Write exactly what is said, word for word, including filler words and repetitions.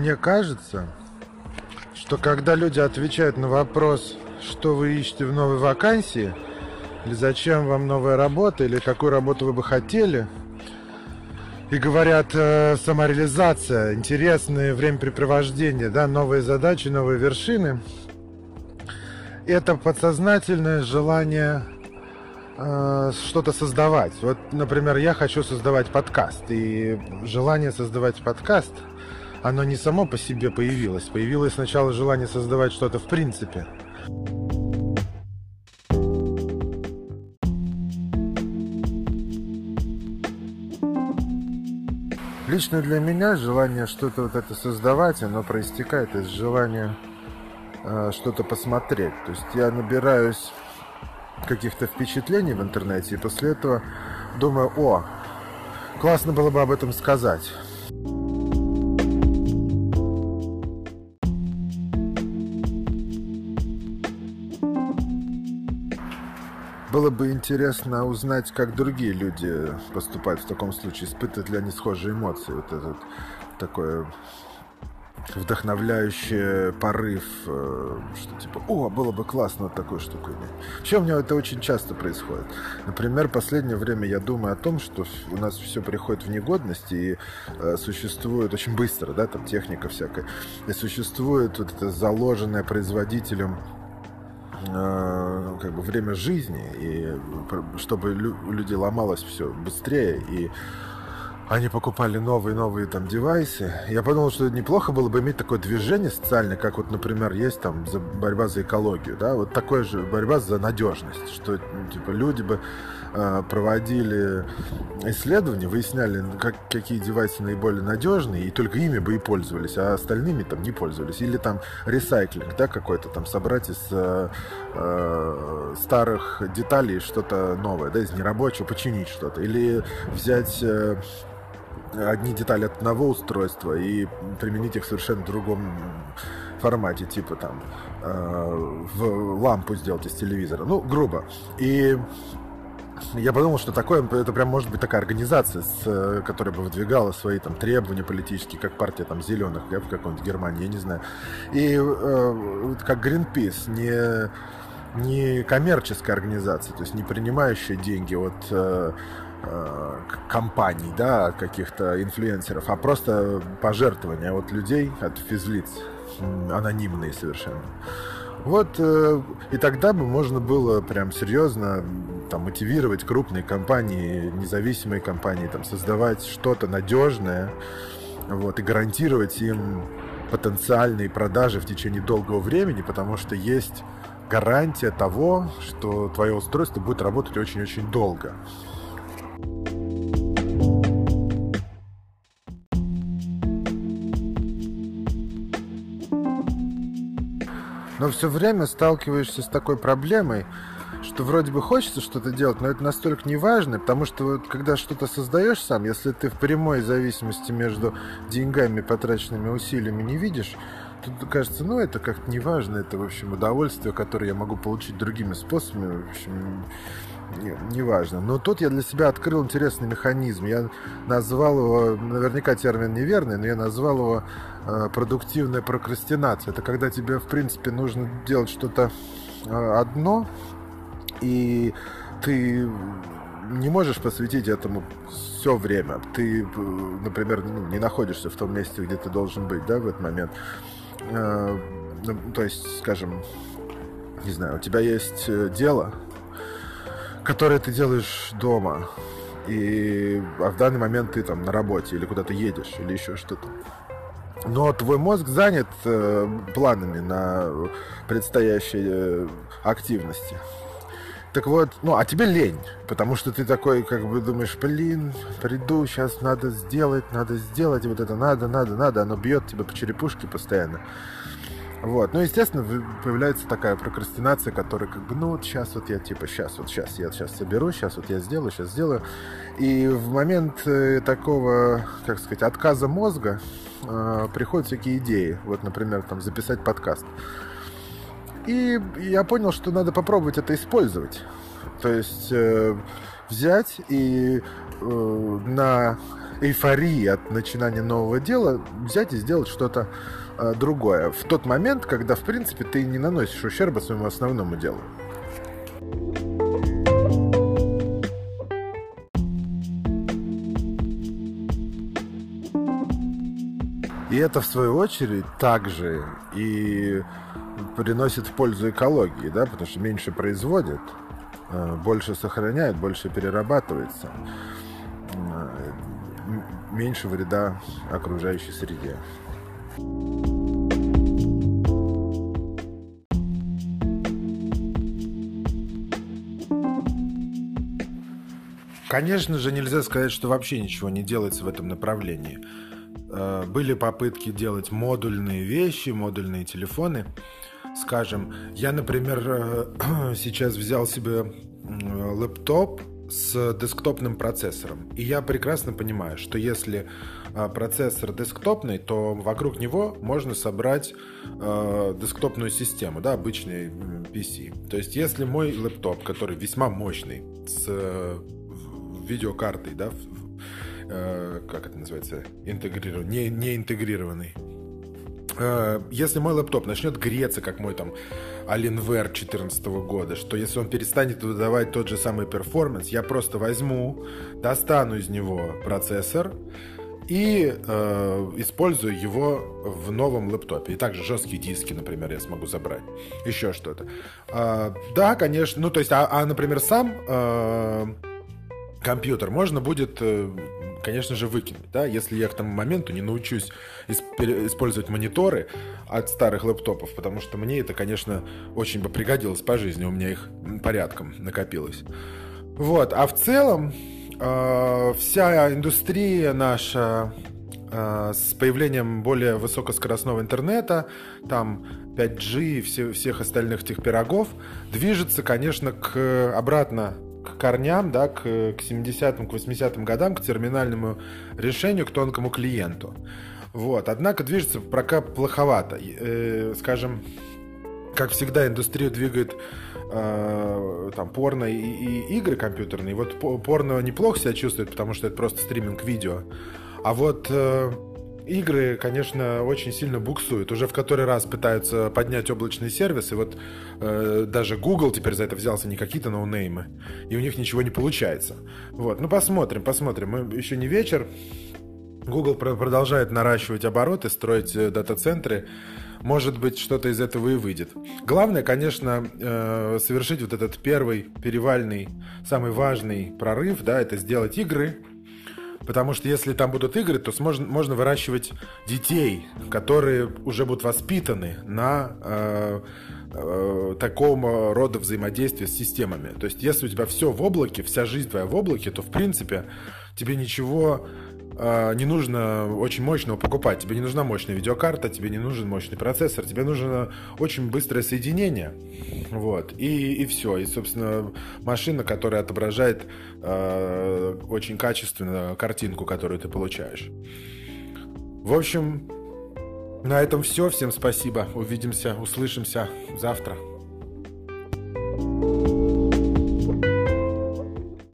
Мне кажется, что когда люди отвечают на вопрос, что вы ищете в новой вакансии, или зачем вам новая работа, или какую работу вы бы хотели, и говорят э, самореализация, интересные времяпрепровождения, да, новые задачи, новые вершины, это подсознательное желание э, что-то создавать. Вот, например, я хочу создавать подкаст, и желание создавать подкаст, оно не само по себе появилось. Появилось сначала желание создавать что-то в принципе. Лично для меня желание что-то вот это создавать, оно проистекает из желания э, что-то посмотреть. То есть я набираюсь каких-то впечатлений в интернете, и после этого думаю, о, классно было бы об этом сказать. Было бы интересно узнать, как другие люди поступают в таком случае, испытывают ли они схожие эмоции. Вот этот такой вдохновляющий порыв, что типа, о, было бы классно вот такой штукой. Вообще у меня это очень часто происходит. Например, в последнее время я думаю о том, что у нас все приходит в негодность и э, существует очень быстро, да, там техника всякая, и существует вот это заложенное производителем как бы время жизни, и чтобы у людей ломалось все быстрее, и они покупали новые-новые там девайсы. Я подумал, что неплохо было бы иметь такое движение социальное, как вот, например, есть там за борьба за экологию, да, вот такое же борьба за надежность, что типа люди бы э, проводили исследования, выясняли, как, какие девайсы наиболее надежные, и только ими бы и пользовались, а остальными там не пользовались. Или там ресайклинг, да, какой-то там собрать из э, э, старых деталей что-то новое, да, из нерабочего починить что-то. Или взять э, одни детали от одного устройства и применить их в совершенно другом формате, типа там э, в лампу сделать из телевизора, ну, грубо. И я подумал, что такое, это прям может быть такая организация, с, которая бы выдвигала свои там требования политические, как партия там зеленых, да, в какой-нибудь Германии, я не знаю. И э, как Greenpeace, не, не коммерческая организация, то есть не принимающая деньги от э, компаний, да, каких-то инфлюенсеров, а просто пожертвования от людей, от физлиц, анонимные совершенно. Вот, и тогда бы можно было прям серьезно там мотивировать крупные компании, независимые компании, там, создавать что-то надежное, вот, и гарантировать им потенциальные продажи в течение долгого времени, потому что есть гарантия того, что твое устройство будет работать очень-очень долго. Но все время сталкиваешься с такой проблемой, что вроде бы хочется что-то делать, но это настолько неважно, потому что вот когда что-то создаешь сам, если ты в прямой зависимости между деньгами и потраченными усилиями не видишь, то кажется, ну это как-то неважно, это, в общем, удовольствие, которое я могу получить другими способами, в общем, неважно. Но тут я для себя открыл интересный механизм. Я назвал его, наверняка термин неверный, но я назвал его э, продуктивная прокрастинация. Это когда тебе, в принципе, нужно делать что-то э, одно, и ты не можешь посвятить этому все время. Ты, например, ну, не находишься в том месте, где ты должен быть, да, в этот момент. Э, ну, то есть, скажем, не знаю, у тебя есть дело, которое ты делаешь дома, и, а в данный момент ты там на работе или куда-то едешь, или еще что-то. Но твой мозг занят э, планами на предстоящие э, активности. Так вот, ну, а тебе лень, потому что ты такой, как бы, думаешь, блин, приду, сейчас надо сделать, надо сделать, и вот это надо, надо, надо, оно бьет тебя по черепушке постоянно. Вот, ну, естественно, появляется такая прокрастинация, которая как бы, ну, вот сейчас вот я, типа, сейчас вот, сейчас я сейчас соберу, сейчас вот я сделаю, сейчас сделаю. И в момент э, такого, как сказать, отказа мозга э, приходят всякие идеи. Вот, например, там, записать подкаст. И я понял, что надо попробовать это использовать. То есть э, взять и э, на эйфории от начинания нового дела взять и сделать что-то э, другое. В тот момент, когда, в принципе, ты не наносишь ущерба своему основному делу. И это, в свою очередь, также и приносит пользу экологии, да, потому что меньше производят, больше сохраняют, больше перерабатывается, меньше вреда окружающей среде. Конечно же, нельзя сказать, что вообще ничего не делается в этом направлении. Были попытки делать модульные вещи, модульные телефоны. Скажем, я, например, сейчас взял себе лэптоп с десктопным процессором. И я прекрасно понимаю, что если процессор десктопный, то вокруг него можно собрать десктопную систему, да, обычный пи си. То есть если мой лэптоп, который весьма мощный, с видеокартой, да, как это называется, интегрированный, не, не интегрированный. Если мой лэптоп начнет греться, как мой там Alienware две тысячи четырнадцатого года, что если он перестанет выдавать тот же самый перформанс, я просто возьму, достану из него процессор и э, использую его в новом лэптопе. И также жесткие диски, например, я смогу забрать. Еще что-то. А, да, конечно. Ну, то есть, а, а например, сам э, компьютер можно будет... Э, конечно же, выкинуть, да, если я к тому моменту не научусь использовать мониторы от старых лэптопов, потому что мне это, конечно, очень бы пригодилось по жизни, у меня их порядком накопилось. Вот, а в целом э, вся индустрия наша э, с появлением более высокоскоростного интернета, там пять джи и все, всех остальных тех пирогов, движется, конечно, к обратно к корням, да, к, к семидесятым, к восьмидесятым годам, к терминальному решению, к тонкому клиенту. Вот. Однако движется пока плоховато. Э, скажем, как всегда, индустрию двигает э, там, порно и, и игры компьютерные. Вот порно неплохо себя чувствует, потому что это просто стриминг видео. А вот... Э, игры, конечно, очень сильно буксуют. Уже в который раз пытаются поднять облачный сервис. И вот э, даже Google теперь за это взялся, не какие-то ноунеймы. И у них ничего не получается. Вот, ну посмотрим, посмотрим. Мы еще не вечер. Google продолжает наращивать обороты, строить дата-центры. Может быть, что-то из этого и выйдет. Главное, конечно, э, совершить вот этот первый перевальный, самый важный прорыв, да, это сделать игры. Потому что если там будут игры, то можно, можно выращивать детей, которые уже будут воспитаны на э, э, таком рода взаимодействии с системами. То есть если у тебя все в облаке, вся жизнь твоя в облаке, то в принципе тебе ничего э, не нужно очень мощного покупать. Тебе не нужна мощная видеокарта, тебе не нужен мощный процессор, тебе нужно очень быстрое соединение. Вот. И, и все. И, собственно, машина, которая отображает э, очень качественно картинку, которую ты получаешь. В общем, на этом все. Всем спасибо. Увидимся, услышимся завтра.